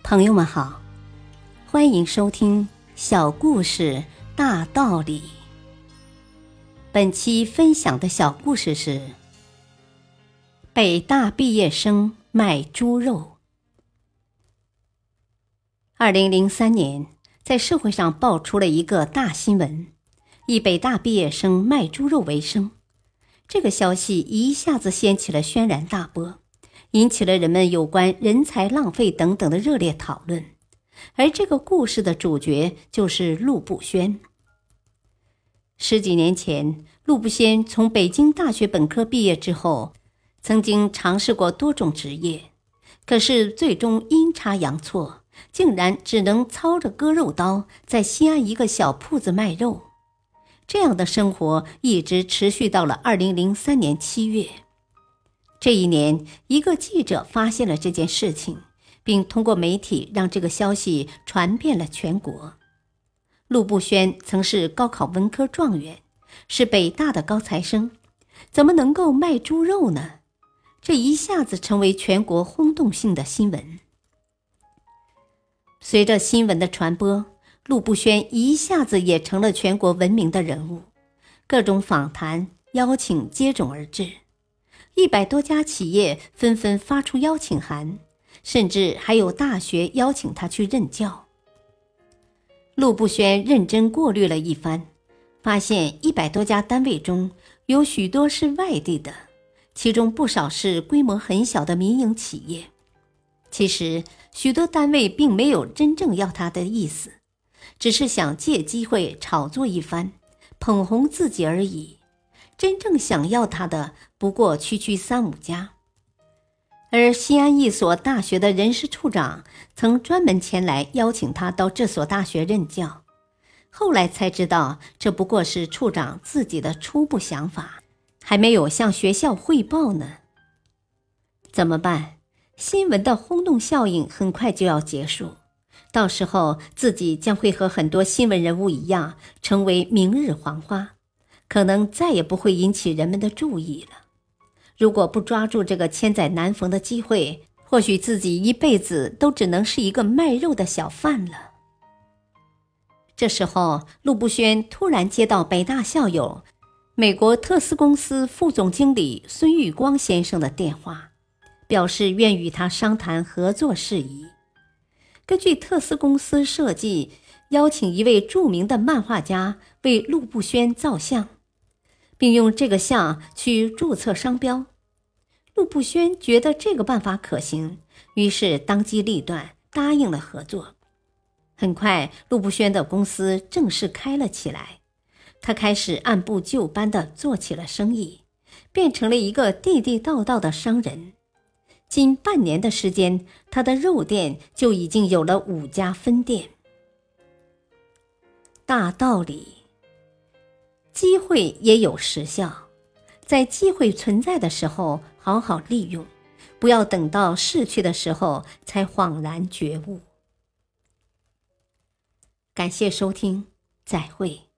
朋友们好，欢迎收听小故事大道理。本期分享的小故事是北大毕业生卖猪肉。2003年，在社会上爆出了一个大新闻，以北大毕业生卖猪肉为生。这个消息一下子掀起了轩然大波，引起了人们有关人才浪费等等的热烈讨论。而这个故事的主角就是陆步轩。10几年前，陆步轩从北京大学本科毕业之后，曾经尝试过多种职业，可是最终阴差阳错，竟然只能操着割肉刀在西安一个小铺子卖肉。这样的生活一直持续到了2003年7月。这一年，一个记者发现了这件事情，并通过媒体让这个消息传遍了全国。陆步轩曾是高考文科状元，是北大的高材生，怎么能够卖猪肉呢？这一下子成为全国轰动性的新闻。随着新闻的传播，陆步轩一下子也成了全国闻名的人物，各种访谈、邀请接踵而至，100多家企业纷纷发出邀请函，甚至还有大学邀请他去任教。陆步轩认真过滤了一番，发现100多家单位中有许多是外地的，其中不少是规模很小的民营企业。其实许多单位并没有真正要他的意思，只是想借机会炒作一番，捧红自己而已。真正想要他的不过区区3、5家。而西安一所大学的人事处长曾专门前来邀请他到这所大学任教，后来才知道这不过是处长自己的初步想法，还没有向学校汇报呢。怎么办？新闻的轰动效应很快就要结束，到时候自己将会和很多新闻人物一样，成为明日黄花，可能再也不会引起人们的注意了。如果不抓住这个千载难逢的机会，或许自己一辈子都只能是一个卖肉的小贩了。这时候，陆步轩突然接到北大校友、美国特斯公司副总经理孙玉光先生的电话，表示愿与他商谈合作事宜。根据特斯公司设计，邀请一位著名的漫画家为陆步轩造像，并用这个像去注册商标。陆步轩觉得这个办法可行，于是当机立断答应了合作。很快，陆步轩的公司正式开了起来，他开始按部就班地做起了生意，变成了一个地地道道的商人。仅半年的时间，他的肉店就已经有了5家分店。大道理，机会也有时效，在机会存在的时候好好利用，不要等到逝去的时候才恍然觉悟。感谢收听，再会。